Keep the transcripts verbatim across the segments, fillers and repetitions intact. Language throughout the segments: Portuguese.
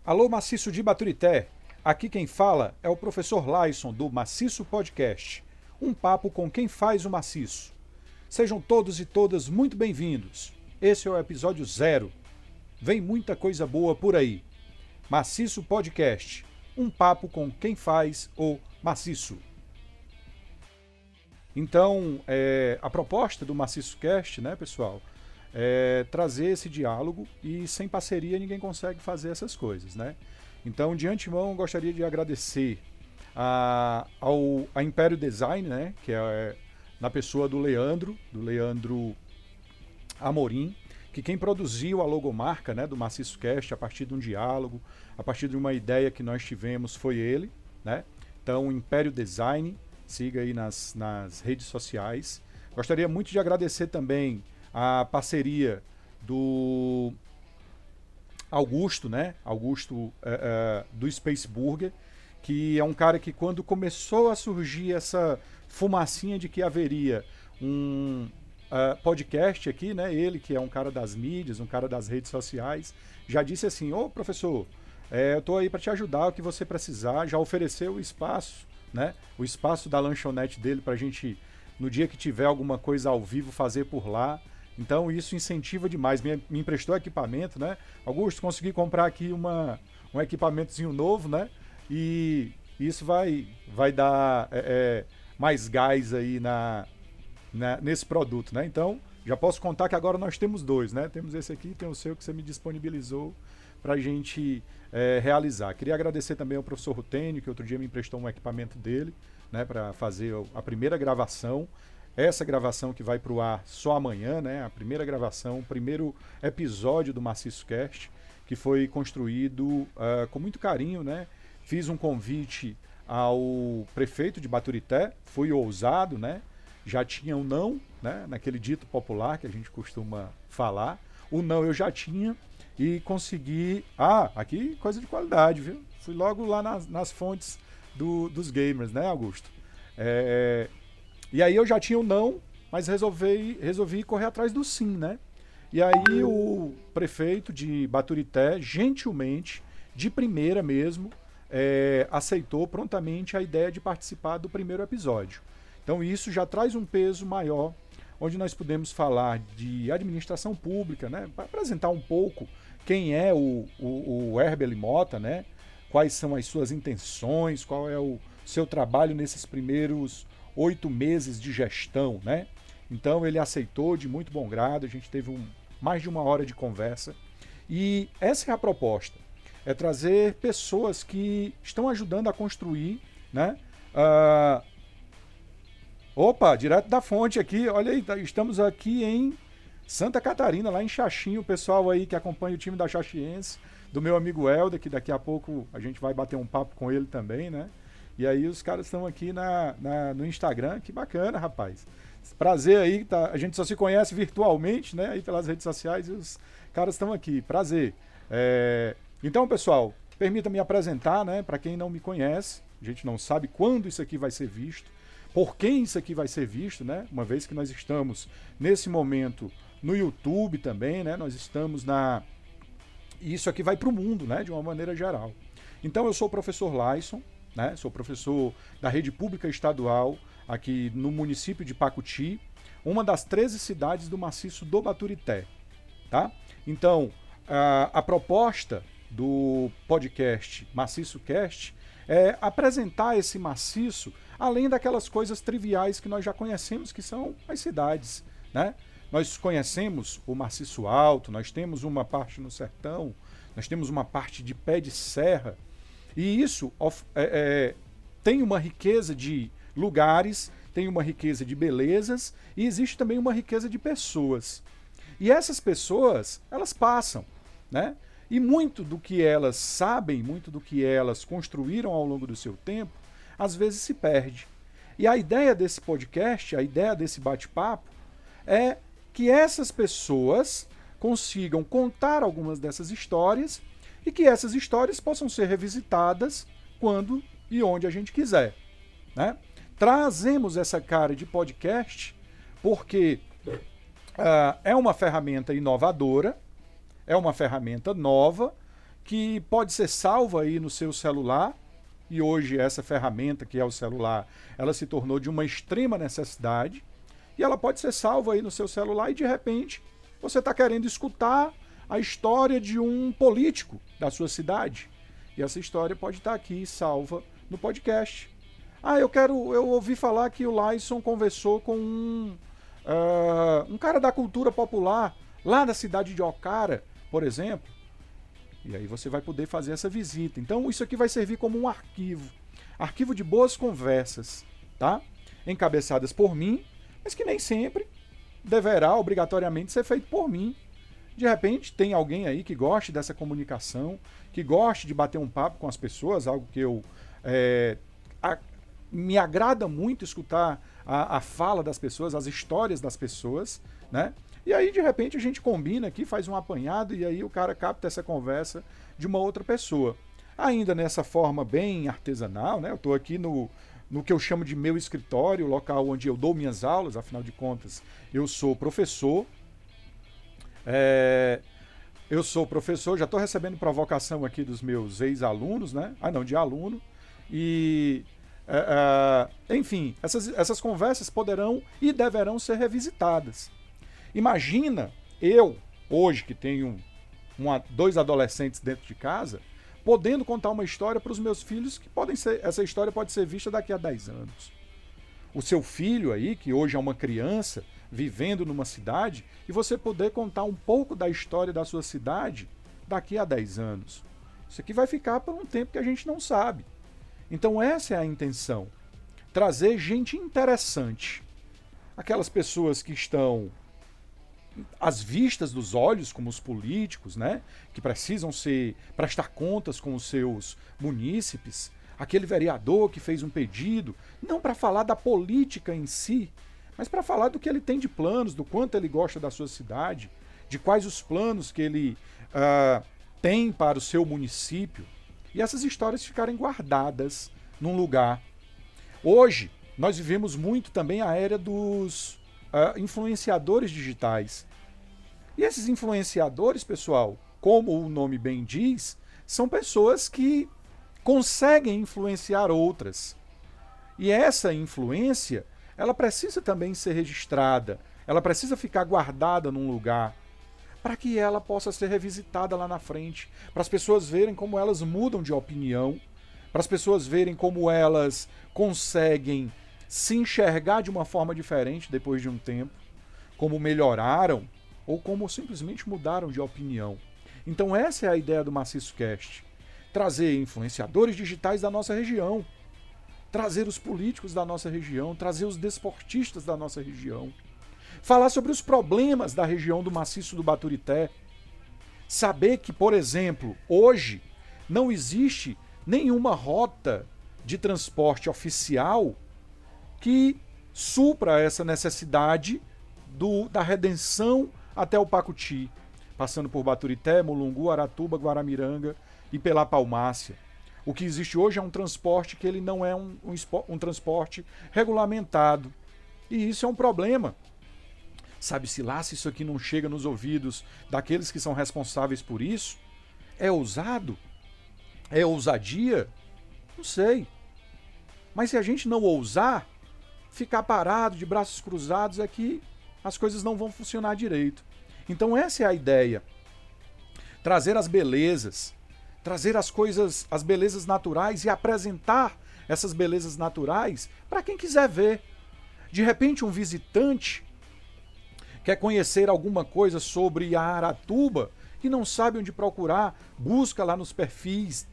Alô, Maciço de Baturité. Aqui quem fala é o professor Laison, do Maciço Podcast. Um papo com quem faz o maciço. Sejam todos e todas muito bem-vindos. Esse é o episódio zero. Vem muita coisa boa por aí. Maciço Podcast. Um papo com quem faz o maciço. Então, é, a proposta do Maciço Cast, né, pessoal, é trazer esse diálogo, e sem parceria ninguém consegue fazer essas coisas, né? Então, de antemão, eu gostaria de agradecer a, ao a Império Design, né, que é na pessoa do Leandro, do Leandro Amorim, que quem produziu a logomarca, né, do Maciço Cast a partir de um diálogo, a partir de uma ideia que nós tivemos, foi ele, né? Então, Império Design, siga aí nas, nas redes sociais. Gostaria muito de agradecer também a parceria do Augusto, né? Augusto é, é, do Space Burger, que é um cara que, quando começou a surgir essa fumacinha de que haveria um uh, podcast aqui, né? Ele, que é um cara das mídias, um cara das redes sociais, já disse assim: ô professor, é, eu tô aí para te ajudar, o que você precisar. Já ofereceu o espaço, né? O espaço da lanchonete dele para a gente, no dia que tiver alguma coisa ao vivo, fazer por lá. Então isso incentiva demais. Me, me emprestou equipamento, né? Augusto, consegui comprar aqui uma, um equipamentozinho novo, né? E isso vai, vai dar é, é, mais gás aí na, na, nesse produto, né? Então, já posso contar que agora nós temos dois, né? Temos esse aqui e tem o seu que você me disponibilizou para a gente é, realizar. Queria agradecer também ao professor Rutênio, que outro dia me emprestou um equipamento dele, né? Para fazer a primeira gravação. Essa gravação que vai para o ar só amanhã, né? A primeira gravação, o primeiro episódio do Maciço Cast, que foi construído uh, com muito carinho, né? Fiz um convite ao prefeito de Baturité, fui ousado, né? Já tinha um não, né? Naquele dito popular que a gente costuma falar. O não eu já tinha e consegui... Ah, aqui coisa de qualidade, viu? Fui logo lá nas, nas fontes do, dos gamers, né, Augusto? É... E aí eu já tinha o não, mas resolvi, resolvi correr atrás do sim, né? E aí o prefeito de Baturité, gentilmente, de primeira mesmo, é, aceitou prontamente a ideia de participar do primeiro episódio. Então isso já traz um peso maior, onde nós podemos falar de administração pública, né? Para apresentar um pouco quem é o, o, o Herbert Mota, né? Quais são as suas intenções, qual é o seu trabalho nesses primeiros oito meses de gestão, né? Então ele aceitou de muito bom grado, a gente teve um, mais de uma hora de conversa, e essa é a proposta, é trazer pessoas que estão ajudando a construir, né? Uh... Opa, direto da fonte aqui, olha aí, estamos aqui em Santa Catarina, lá em Xaxim, o pessoal aí que acompanha o time da Xaxiense, do meu amigo Helder, que daqui a pouco a gente vai bater um papo com ele também, né? E aí os caras estão aqui na, na, no Instagram, que bacana, rapaz. Prazer aí, tá, a gente só se conhece virtualmente, né, aí pelas redes sociais, e os caras estão aqui, prazer. É, então, pessoal, permita-me apresentar, né, para quem não me conhece, a gente não sabe quando isso aqui vai ser visto, por quem isso aqui vai ser visto, né, uma vez que nós estamos, nesse momento, no YouTube também, né, nós estamos na... E isso aqui vai para o mundo, né, de uma maneira geral. Então, eu sou o professor Laison, né? Sou professor da rede pública estadual aqui no município de Pacuti, uma das treze cidades do maciço do Baturité, tá? Então, a, a proposta do podcast Maciço Cast é apresentar esse maciço além daquelas coisas triviais que nós já conhecemos, que são as cidades, né? Nós conhecemos o Maciço Alto, nós temos uma parte no sertão, nós temos uma parte de pé de serra. E isso é, é, tem uma riqueza de lugares, tem uma riqueza de belezas, e existe também uma riqueza de pessoas. E essas pessoas, elas passam, né? E muito do que elas sabem, muito do que elas construíram ao longo do seu tempo, às vezes se perde. E a ideia desse podcast, a ideia desse bate-papo, é que essas pessoas consigam contar algumas dessas histórias, e que essas histórias possam ser revisitadas quando e onde a gente quiser, né? Trazemos essa cara de podcast porque uh, é uma ferramenta inovadora, é uma ferramenta nova que pode ser salva aí no seu celular, e hoje essa ferramenta que é o celular, ela se tornou de uma extrema necessidade, e ela pode ser salva aí no seu celular e de repente você está querendo escutar a história de um político da sua cidade. E essa história pode estar aqui salva no podcast. Ah, eu quero, eu ouvi falar que o Laison conversou com um, uh, um cara da cultura popular lá da cidade de Ocara, por exemplo. E aí você vai poder fazer essa visita. Então isso aqui vai servir como um arquivo. Arquivo de boas conversas, tá? Encabeçadas por mim, mas que nem sempre deverá obrigatoriamente ser feito por mim. De repente tem alguém aí que goste dessa comunicação, que goste de bater um papo com as pessoas, algo que eu é, a, me agrada muito escutar a, a fala das pessoas, as histórias das pessoas, né? E aí, de repente, a gente combina aqui, faz um apanhado e aí o cara capta essa conversa de uma outra pessoa. Ainda nessa forma bem artesanal, né? Eu estou aqui no, no que eu chamo de meu escritório, o local onde eu dou minhas aulas, afinal de contas, eu sou professor. É, eu sou professor, já estou recebendo provocação aqui dos meus ex-alunos, né? Ah, não, de aluno. E, é, é, enfim, essas, essas conversas poderão e deverão ser revisitadas. Imagina eu, hoje que tenho uma, dois adolescentes dentro de casa, podendo contar uma história para os meus filhos que podem ser, essa história pode ser vista daqui a dez anos. O seu filho aí, que hoje é uma criança, vivendo numa cidade, e você poder contar um pouco da história da sua cidade daqui a dez anos. Isso aqui vai ficar por um tempo que a gente não sabe. Então essa é a intenção. Trazer gente interessante. Aquelas pessoas que estão às vistas dos olhos, como os políticos, né, que precisam ser, prestar contas com os seus munícipes, aquele vereador que fez um pedido, não para falar da política em si, mas para falar do que ele tem de planos, do quanto ele gosta da sua cidade, de quais os planos que ele uh, tem para o seu município, e essas histórias ficarem guardadas num lugar. Hoje, nós vivemos muito também a era dos Uh, influenciadores digitais. E esses influenciadores, pessoal, como o nome bem diz, são pessoas que conseguem influenciar outras. E essa influência, ela precisa também ser registrada, ela precisa ficar guardada num lugar, para que ela possa ser revisitada lá na frente, para as pessoas verem como elas mudam de opinião, para as pessoas verem como elas conseguem se enxergar de uma forma diferente depois de um tempo, como melhoraram ou como simplesmente mudaram de opinião. Então essa é a ideia do Maciço Cast. Trazer influenciadores digitais da nossa região, trazer os políticos da nossa região, trazer os desportistas da nossa região, falar sobre os problemas da região do Maciço do Baturité, saber que, por exemplo, hoje não existe nenhuma rota de transporte oficial que supra essa necessidade do, da redenção até o Pacuti, passando por Baturité, Mulungu, Aratuba, Guaramiranga e pela Palmácia. O que existe hoje é um transporte que ele não é um, um, um transporte regulamentado. E isso é um problema. Sabe-se lá se isso aqui não chega nos ouvidos daqueles que são responsáveis por isso? É ousado? É ousadia? Não sei. Mas se a gente não ousar, ficar parado, de braços cruzados, é que as coisas não vão funcionar direito. Então essa é a ideia. Trazer as belezas, trazer as coisas, as belezas naturais e apresentar essas belezas naturais para quem quiser ver. De repente um visitante quer conhecer alguma coisa sobre a Aratuba e não sabe onde procurar, busca lá nos perfis,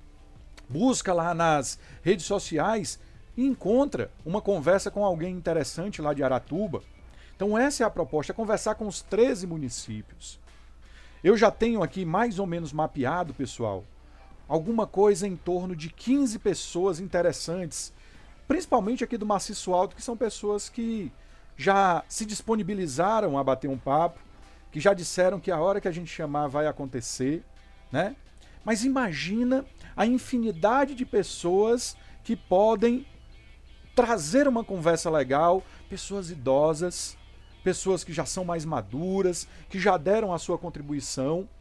busca lá nas redes sociais e encontra uma conversa com alguém interessante lá de Aratuba. Então essa é a proposta, é conversar com os treze municípios. Eu já tenho aqui mais ou menos mapeado, pessoal, alguma coisa em torno de quinze pessoas interessantes, principalmente aqui do Maciço Alto, que são pessoas que já se disponibilizaram a bater um papo, que já disseram que a hora que a gente chamar vai acontecer, né? Mas imagina a infinidade de pessoas que podem trazer uma conversa legal, pessoas idosas, pessoas que já são mais maduras, que já deram a sua contribuição,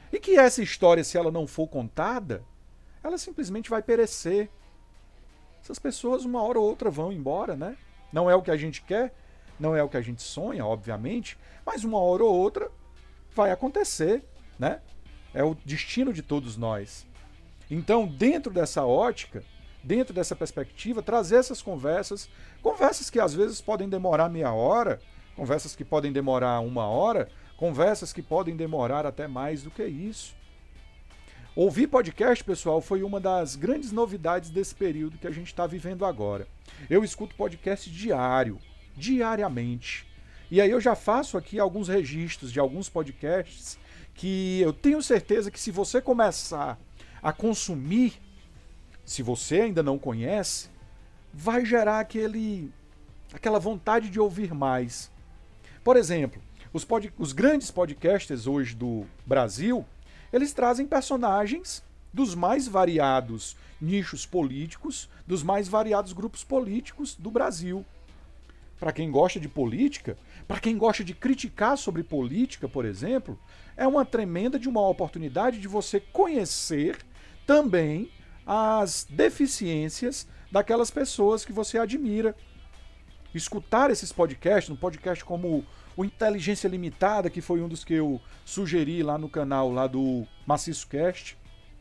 E que essa história, se ela não for contada, ela simplesmente vai perecer. Essas pessoas, uma hora ou outra, vão embora, né? Não é o que a gente quer, não é o que a gente sonha, obviamente, mas uma hora ou outra vai acontecer, né? É o destino de todos nós. Então, dentro dessa ótica, dentro dessa perspectiva, trazer essas conversas, conversas que às vezes podem demorar meia hora, conversas que podem demorar uma hora, conversas que podem demorar até mais do que isso. Ouvir podcast, pessoal, foi uma das grandes novidades desse período que a gente está vivendo agora. Eu escuto podcast diário, diariamente. E aí eu já faço aqui alguns registros de alguns podcasts que eu tenho certeza que se você começar a consumir, se você ainda não conhece, vai gerar aquele, aquela vontade de ouvir mais. Por exemplo, os, pod, os grandes podcasters hoje do Brasil, eles trazem personagens dos mais variados nichos políticos, dos mais variados grupos políticos do Brasil. Para quem gosta de política, para quem gosta de criticar sobre política, por exemplo, é uma tremenda de uma oportunidade de você conhecer também as deficiências daquelas pessoas que você admira. Escutar esses podcasts, um podcast como o Inteligência Limitada, que foi um dos que eu sugeri lá no canal lá do Maciço Cast.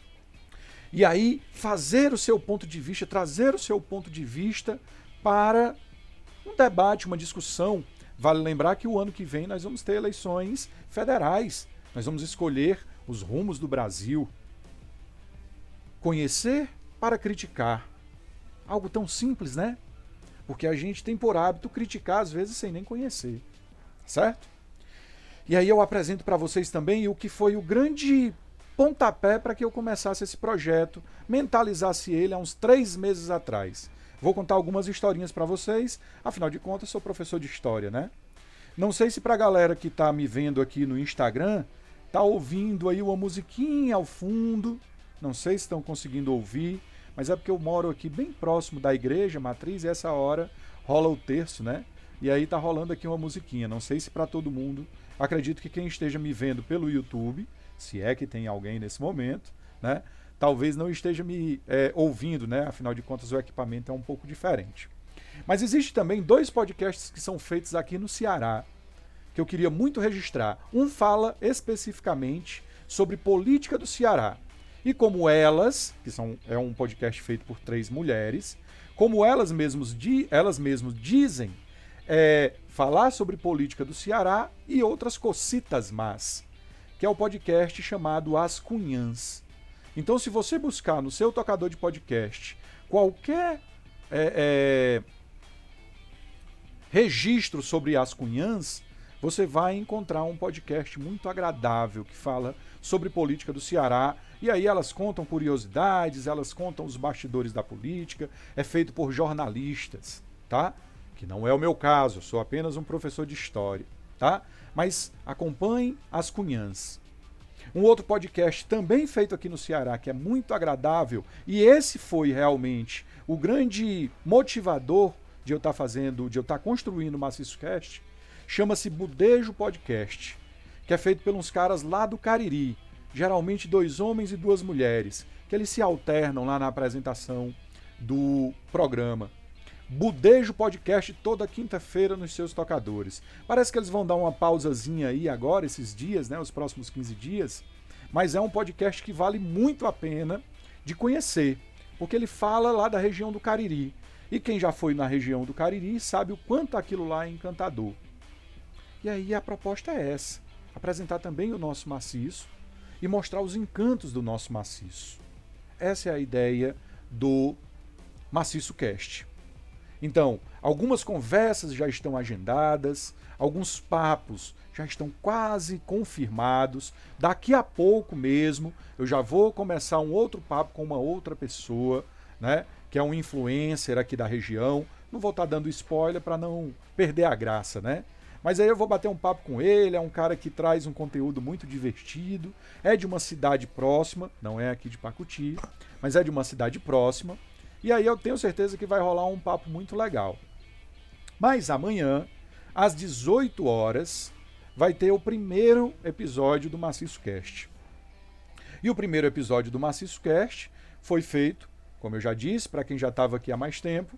E aí fazer o seu ponto de vista, trazer o seu ponto de vista para um debate, uma discussão. Vale lembrar que o ano que vem nós vamos ter eleições federais. Nós vamos escolher os rumos do Brasil. Conhecer para criticar. Algo tão simples, né? Porque a gente tem por hábito criticar às vezes sem nem conhecer. Certo? E aí eu apresento para vocês também o que foi o grande pontapé para que eu começasse esse projeto, mentalizasse ele há uns três meses atrás. Vou contar algumas historinhas para vocês, afinal de contas sou professor de história, né? Não sei se para a galera que está me vendo aqui no Instagram, tá ouvindo aí uma musiquinha ao fundo, não sei se estão conseguindo ouvir, mas é porque eu moro aqui bem próximo da igreja matriz e essa hora rola o terço, né? E aí tá rolando aqui uma musiquinha, não sei se para todo mundo, acredito que quem esteja me vendo pelo YouTube, se é que tem alguém nesse momento, né? Talvez não esteja me é, ouvindo, né? Afinal de contas o equipamento é um pouco diferente. Mas existe também dois podcasts que são feitos aqui no Ceará, que eu queria muito registrar. Um fala especificamente sobre política do Ceará. E como elas, que são, é um podcast feito por três mulheres, como elas mesmas, di, elas mesmas dizem, é, falar sobre política do Ceará e outras cocitas más, que é o podcast chamado As Cunhãs. Então, se você buscar no seu tocador de podcast qualquer é, é, registro sobre As Cunhãs, você vai encontrar um podcast muito agradável que fala sobre política do Ceará. E aí elas contam curiosidades, elas contam os bastidores da política, é feito por jornalistas, tá? Que não é o meu caso, eu sou apenas um professor de história, tá? Mas acompanhem As Cunhãs. Um outro podcast também feito aqui no Ceará, que é muito agradável, e esse foi realmente o grande motivador de eu estar fazendo, de eu estar construindo o Maciço Cast, chama-se Budejo Podcast, que é feito pelos caras lá do Cariri, geralmente dois homens e duas mulheres, que eles se alternam lá na apresentação do programa. Budejo Podcast toda quinta-feira nos seus tocadores. Parece que eles vão dar uma pausazinha aí agora, esses dias, né, os próximos quinze dias, mas é um podcast que vale muito a pena de conhecer, porque ele fala lá da região do Cariri. E quem já foi na região do Cariri sabe o quanto aquilo lá é encantador. E aí a proposta é essa, apresentar também o nosso maciço e mostrar os encantos do nosso maciço. Essa é a ideia do Maciço Cast. Então, algumas conversas já estão agendadas, alguns papos já estão quase confirmados. Daqui a pouco mesmo, eu já vou começar um outro papo com uma outra pessoa, né, que é um influencer aqui da região. Não vou estar dando spoiler para não perder a graça, né? Mas aí eu vou bater um papo com ele, é um cara que traz um conteúdo muito divertido, é de uma cidade próxima, não é aqui de Pacuti, mas é de uma cidade próxima. E aí eu tenho certeza que vai rolar um papo muito legal. Mas amanhã, às dezoito horas, vai ter o primeiro episódio do Maciço Cast. E o primeiro episódio do Maciço Cast foi feito, como eu já disse, para quem já estava aqui há mais tempo,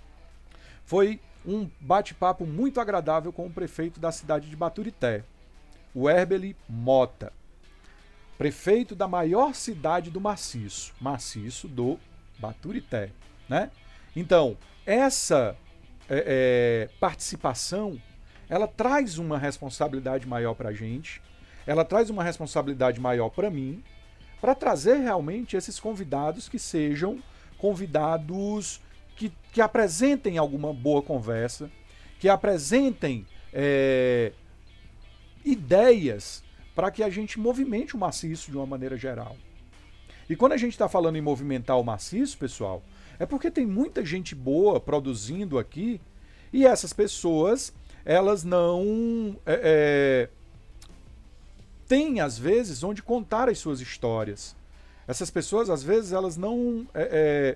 foi um bate-papo muito agradável com o prefeito da cidade de Baturité, o Herbeli Mota, prefeito da maior cidade do Maciço, Maciço do Baturité, né? Então, essa é, é, participação, ela traz uma responsabilidade maior para a gente, ela traz uma responsabilidade maior para mim, para trazer realmente esses convidados que sejam convidados que, que apresentem alguma boa conversa, que apresentem é, ideias para que a gente movimente o maciço de uma maneira geral. E quando a gente está falando em movimentar o maciço, pessoal, é porque tem muita gente boa produzindo aqui e essas pessoas, elas não é, é, têm, às vezes, onde contar as suas histórias. Essas pessoas, às vezes, elas não é, é,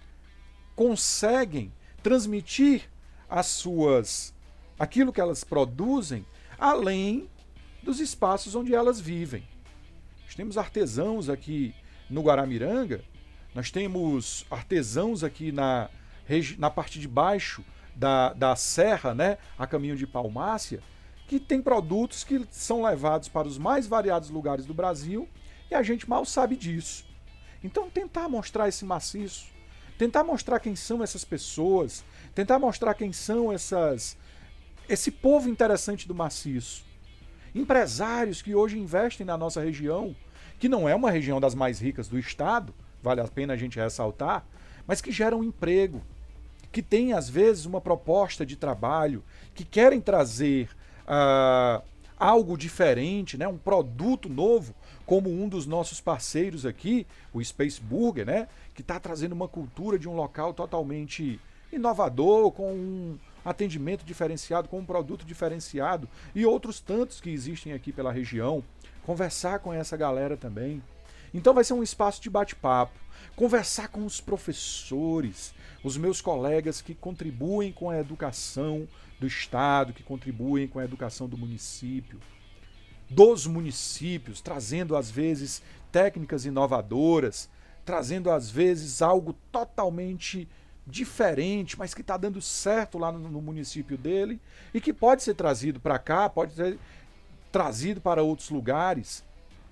conseguem transmitir as suas, aquilo que elas produzem, além dos espaços onde elas vivem. Nós temos artesãos aqui no Guaramiranga, nós temos artesãos aqui na, na parte de baixo da, da serra, né, a caminho de Palmácia, que tem produtos que são levados para os mais variados lugares do Brasil e a gente mal sabe disso. Então tentar mostrar esse maciço, tentar mostrar quem são essas pessoas, tentar mostrar quem são essas, esse povo interessante do maciço. Empresários que hoje investem na nossa região, que não é uma região das mais ricas do estado, vale a pena a gente ressaltar, mas que geram emprego, que têm às vezes uma proposta de trabalho, que querem trazer uh, algo diferente, né? Um produto novo, como um dos nossos parceiros aqui, o Space Burger, né? Que está trazendo uma cultura de um local totalmente inovador, com um atendimento diferenciado, com um produto diferenciado e outros tantos que existem aqui pela região. Conversar com essa galera também. Então vai ser um espaço de bate-papo, conversar com os professores, os meus colegas que contribuem com a educação do estado, que contribuem com a educação do município, dos municípios, trazendo às vezes técnicas inovadoras, trazendo às vezes algo totalmente diferente, mas que está dando certo lá no, no município dele e que pode ser trazido para cá, pode ser trazido para outros lugares.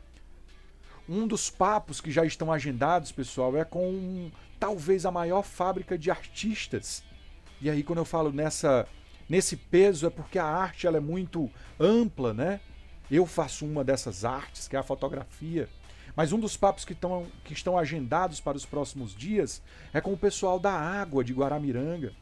Um dos papos que já estão agendados, pessoal, é com talvez a maior fábrica de artistas. E aí quando eu falo nessa, nesse peso é porque a arte ela é muito ampla, né? Eu faço uma dessas artes, que é a fotografia. Mas um dos papos que, tão, que estão agendados para os próximos dias é com o pessoal da Água de Guaramiranga,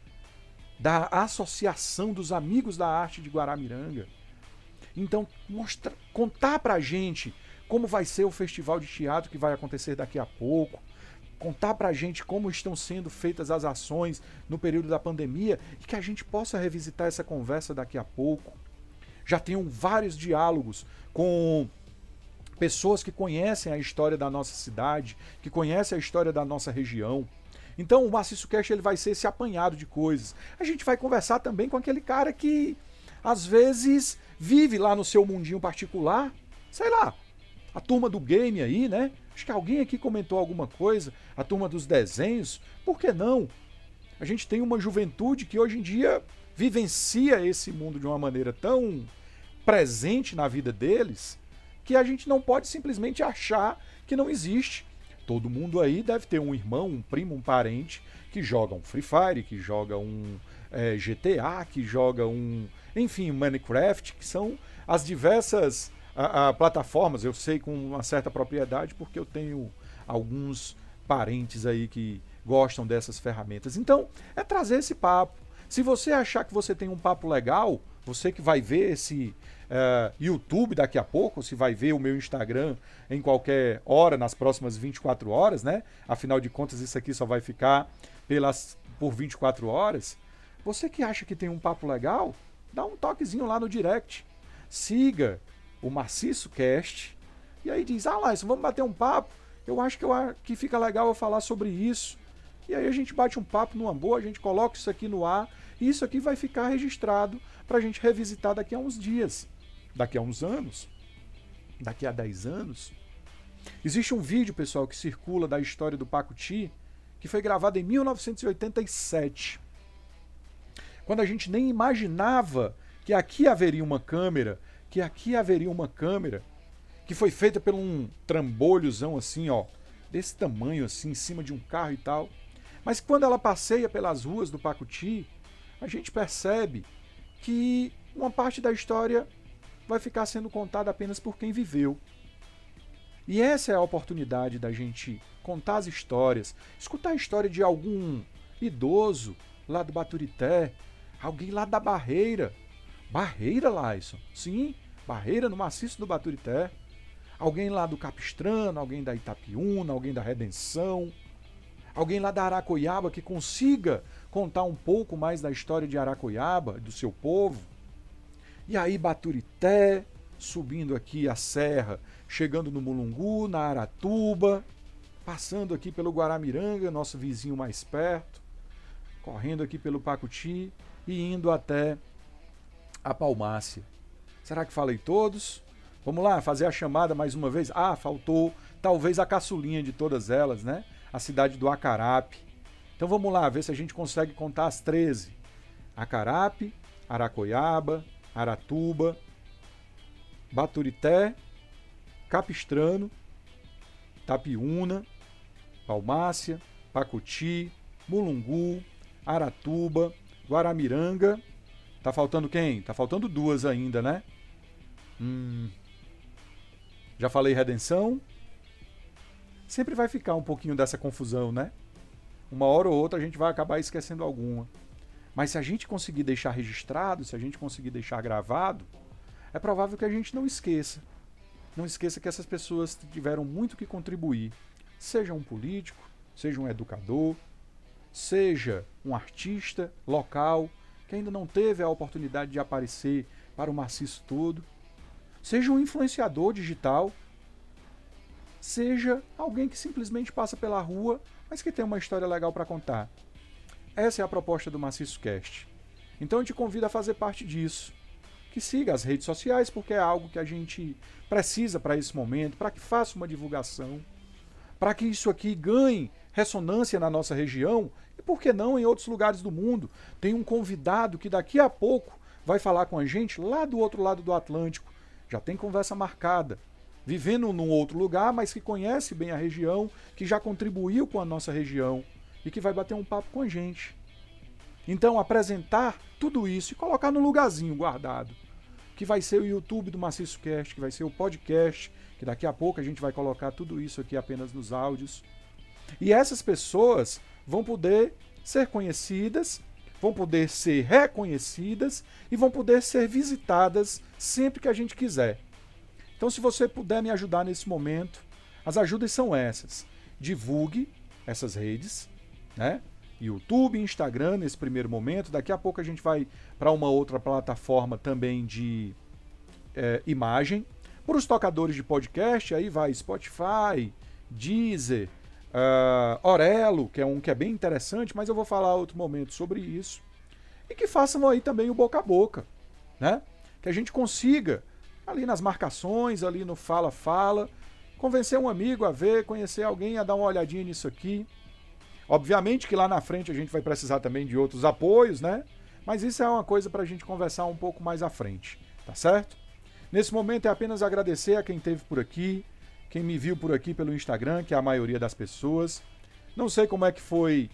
da Associação dos Amigos da Arte de Guaramiranga. Então, mostra, contar pra gente como vai ser o festival de teatro que vai acontecer daqui a pouco, contar pra gente como estão sendo feitas as ações no período da pandemia e que a gente possa revisitar essa conversa daqui a pouco. Já tenho vários diálogos com pessoas que conhecem a história da nossa cidade, que conhecem a história da nossa região. Então o Maciço Cast ele vai ser esse apanhado de coisas. A gente vai conversar também com aquele cara que às vezes vive lá no seu mundinho particular, sei lá, a turma do game aí, né? Acho que alguém aqui comentou alguma coisa, a turma dos desenhos, por que não? A gente tem uma juventude que hoje em dia vivencia esse mundo de uma maneira tão presente na vida deles, que a gente não pode simplesmente achar que não existe. Todo mundo aí deve ter um irmão, um primo, um parente que joga um Free Fire, que joga um é, G T A, que joga um, enfim, Minecraft, que são as diversas a, a, plataformas. Eu sei com uma certa propriedade porque eu tenho alguns parentes aí que gostam dessas ferramentas. Então, é trazer esse papo. Se você achar que você tem um papo legal, você que vai ver esse uh, YouTube daqui a pouco, se vai ver o meu Instagram em qualquer hora, nas próximas vinte e quatro horas, né? Afinal de contas, isso aqui só vai ficar pelas, por vinte e quatro horas. Você que acha que tem um papo legal, dá um toquezinho lá no direct. Siga o Maciço Cast e aí diz, ah, Laison, vamos bater um papo. Eu acho que, eu, que fica legal eu falar sobre isso. E aí a gente bate um papo numa boa, a gente coloca isso aqui no ar e isso aqui vai ficar registrado para a gente revisitar daqui a uns dias, daqui a uns anos, daqui a dez anos. Existe um vídeo, pessoal, que circula da história do Pacuti, que foi gravado em mil novecentos e oitenta e sete. Quando a gente nem imaginava que aqui haveria uma câmera, que aqui haveria uma câmera, que foi feita por um trambolhozão assim, ó, desse tamanho assim, em cima de um carro e tal. Mas quando ela passeia pelas ruas do Pacuti, a gente percebe que uma parte da história vai ficar sendo contada apenas por quem viveu. E essa é a oportunidade da gente contar as histórias, escutar a história de algum idoso lá do Baturité, alguém lá da Barreira. Barreira, Laison? Sim, Barreira no maciço do Baturité. Alguém lá do Capistrano, alguém da Itapiúna, alguém da Redenção, alguém lá da Aracoiaba que consiga contar um pouco mais da história de Aracoiaba, do seu povo. E aí Baturité, subindo aqui a serra, chegando no Mulungu, na Aratuba, passando aqui pelo Guaramiranga, nosso vizinho mais perto, correndo aqui pelo Pacuti e indo até a Palmácia. Será que falei todos? Vamos lá, fazer a chamada mais uma vez? Ah, faltou talvez a caçulinha de todas elas, né? A cidade do Acarape. Então vamos lá, ver se a gente consegue contar as treze. Acarape, Aracoiaba, Aratuba, Baturité, Capistrano, Itapiúna, Palmácia, Pacuti, Mulungu, Aratuba, Guaramiranga. Tá faltando quem? Tá faltando duas ainda, né? Hum... Já falei Redenção. Sempre vai ficar um pouquinho dessa confusão, né? Uma hora ou outra a gente vai acabar esquecendo alguma. Mas se a gente conseguir deixar registrado, se a gente conseguir deixar gravado, é provável que a gente não esqueça. Não esqueça que essas pessoas tiveram muito que contribuir. Seja um político, seja um educador, seja um artista local que ainda não teve a oportunidade de aparecer para o maciço todo, seja um influenciador digital, seja alguém que simplesmente passa pela rua, mas que tem uma história legal para contar. Essa é a proposta do Maciço Cast. Então eu te convido a fazer parte disso. Que siga as redes sociais, porque é algo que a gente precisa para esse momento, para que faça uma divulgação, para que isso aqui ganhe ressonância na nossa região e, por que não, em outros lugares do mundo. Tem um convidado que daqui a pouco vai falar com a gente lá do outro lado do Atlântico. Já tem conversa marcada. Vivendo num outro lugar, mas que conhece bem a região, que já contribuiu com a nossa região e que vai bater um papo com a gente. Então, apresentar tudo isso e colocar no lugarzinho guardado, que vai ser o YouTube do Maciço Cast, que vai ser o podcast, que daqui a pouco a gente vai colocar tudo isso aqui apenas nos áudios. E essas pessoas vão poder ser conhecidas, vão poder ser reconhecidas e vão poder ser visitadas sempre que a gente quiser. Então, se você puder me ajudar nesse momento, as ajudas são essas. Divulgue essas redes, né? YouTube, Instagram nesse primeiro momento. Daqui a pouco a gente vai para uma outra plataforma também de é, imagem. Para os tocadores de podcast, aí vai Spotify, Deezer, uh, Orelo, que é um que é bem interessante, mas eu vou falar outro momento sobre isso. E que façam aí também o boca a boca, né? Que a gente consiga, ali nas marcações, ali no fala-fala, convencer um amigo a ver, conhecer alguém a dar uma olhadinha nisso aqui. Obviamente que lá na frente a gente vai precisar também de outros apoios, né? Mas isso é uma coisa para a gente conversar um pouco mais à frente, tá certo? Nesse momento é apenas agradecer a quem esteve por aqui, quem me viu por aqui pelo Instagram, que é a maioria das pessoas. Não sei como é que foi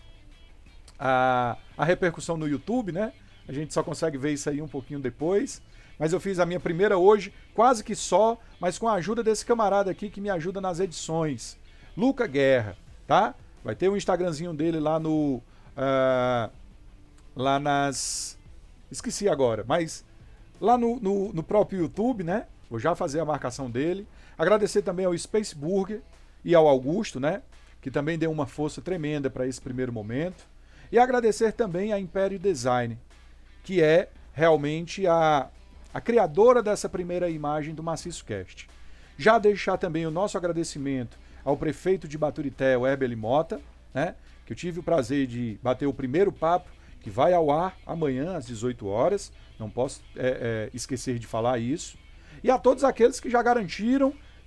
a, a repercussão no YouTube, né? A gente só consegue ver isso aí um pouquinho depois. Mas eu fiz a minha primeira hoje, quase que só, mas com a ajuda desse camarada aqui que me ajuda nas edições. Luca Guerra, tá? Vai ter o um Instagramzinho dele lá no... Uh, lá nas... Esqueci agora, mas lá no, no, no próprio YouTube, né? Vou já fazer a marcação dele. Agradecer também ao Space Burger e ao Augusto, né? Que também deu uma força tremenda para esse primeiro momento. E agradecer também a Império Design, que é realmente a, a criadora dessa primeira imagem do Maciço Cast. Já deixar também o nosso agradecimento ao prefeito de Baturité, o Herbert Mota, né, que eu tive o prazer de bater o primeiro papo, que vai ao ar amanhã às dezoito horas, não posso é, é, esquecer de falar isso. E a todos aqueles que já garantiram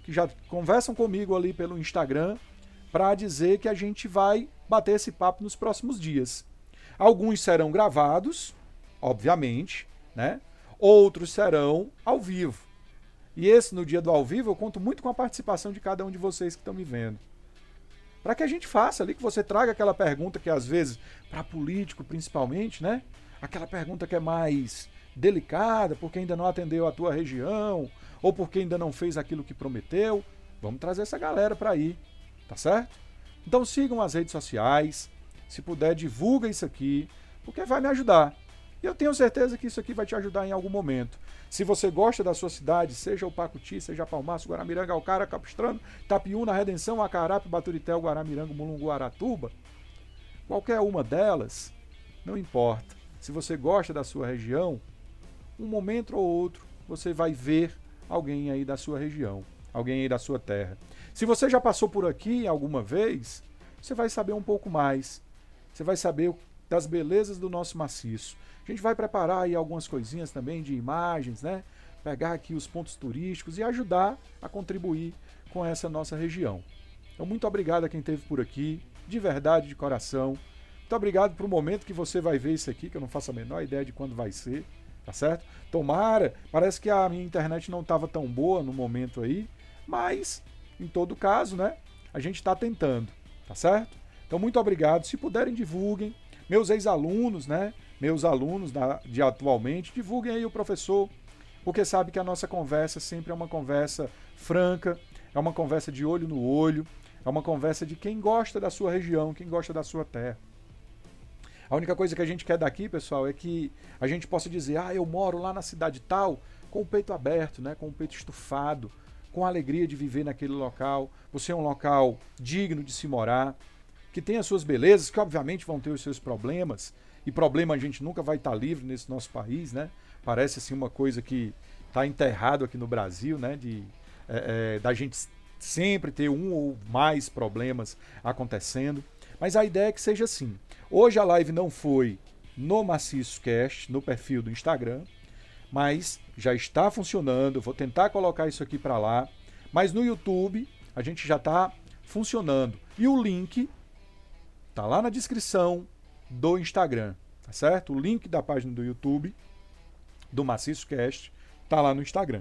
que já conversam comigo ali pelo Instagram para dizer que a gente vai bater esse papo nos próximos dias. Alguns serão gravados, obviamente, né? Outros serão ao vivo. E esse, no dia do ao vivo, eu conto muito com a participação de cada um de vocês que estão me vendo. Para que a gente faça ali, que você traga aquela pergunta que às vezes, para político principalmente, né? Aquela pergunta que é mais delicada, porque ainda não atendeu a tua região, ou porque ainda não fez aquilo que prometeu. Vamos trazer essa galera para aí, tá certo? Então sigam as redes sociais, se puder divulga isso aqui, porque vai me ajudar. E eu tenho certeza que isso aqui vai te ajudar em algum momento. Se você gosta da sua cidade, seja o Pacuti, seja Palmaço, Guaramiranga, Alcara, Capistrano, Tapiúna, Redenção, Acarape, Baturitel, Guaramiranga, Mulungu, Aratuba, qualquer uma delas, não importa. Se você gosta da sua região, um momento ou outro, você vai ver alguém aí da sua região, alguém aí da sua terra. Se você já passou por aqui alguma vez, você vai saber um pouco mais. Você vai saber das belezas do nosso maciço. A gente vai preparar aí algumas coisinhas também de imagens, né? Pegar aqui os pontos turísticos e ajudar a contribuir com essa nossa região. Então, muito obrigado a quem esteve por aqui, de verdade, de coração. Muito obrigado por o momento que você vai ver isso aqui, que eu não faço a menor ideia de quando vai ser, tá certo? Tomara, parece que a minha internet não estava tão boa no momento aí, mas, em todo caso, né? A gente está tentando, tá certo? Então, muito obrigado. Se puderem, divulguem. Meus ex-alunos, né? Meus alunos da, de atualmente, divulguem aí o professor, porque sabe que a nossa conversa sempre é uma conversa franca, é uma conversa de olho no olho, é uma conversa de quem gosta da sua região, quem gosta da sua terra. A única coisa que a gente quer daqui, pessoal, é que a gente possa dizer, ah, eu moro lá na cidade tal, com o peito aberto, né? Com o peito estufado, com a alegria de viver naquele local. Você é um local digno de se morar, que tem as suas belezas, que obviamente vão ter os seus problemas, e problema a gente nunca vai estar livre nesse nosso país, né? Parece assim uma coisa que está enterrado aqui no Brasil, né? De, é, é, da gente sempre ter um ou mais problemas acontecendo. Mas a ideia é que seja assim. Hoje a live não foi no Maciço Cast, no perfil do Instagram, mas já está funcionando. Eu vou tentar colocar isso aqui para lá. Mas no YouTube a gente já está funcionando. E o link tá lá na descrição do Instagram, tá certo? O link da página do YouTube do Maciço Cast tá lá no Instagram.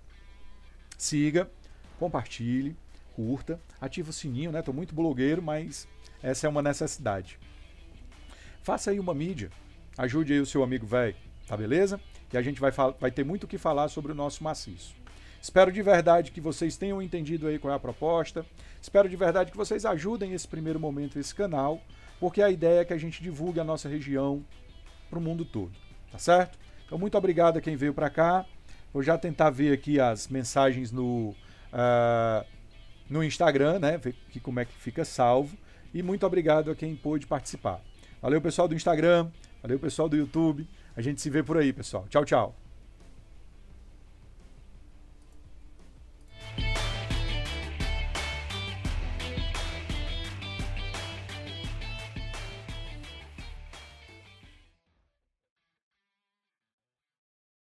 Siga, compartilhe, curta, ativa o sininho, né? Tô muito blogueiro, mas essa é uma necessidade. Faça aí uma mídia, ajude aí o seu amigo velho, tá beleza? Que a gente vai, vai ter muito o que falar sobre o nosso maciço. Espero de verdade que vocês tenham entendido aí qual é a proposta. Espero de verdade que vocês ajudem esse primeiro momento esse canal, porque a ideia é que a gente divulgue a nossa região para o mundo todo, tá certo? Então, muito obrigado a quem veio para cá. Vou já tentar ver aqui as mensagens no, uh, no Instagram, né? Ver que, como é que fica salvo. E muito obrigado a quem pôde participar. Valeu, pessoal do Instagram. Valeu, pessoal do YouTube. A gente se vê por aí, pessoal. Tchau, tchau.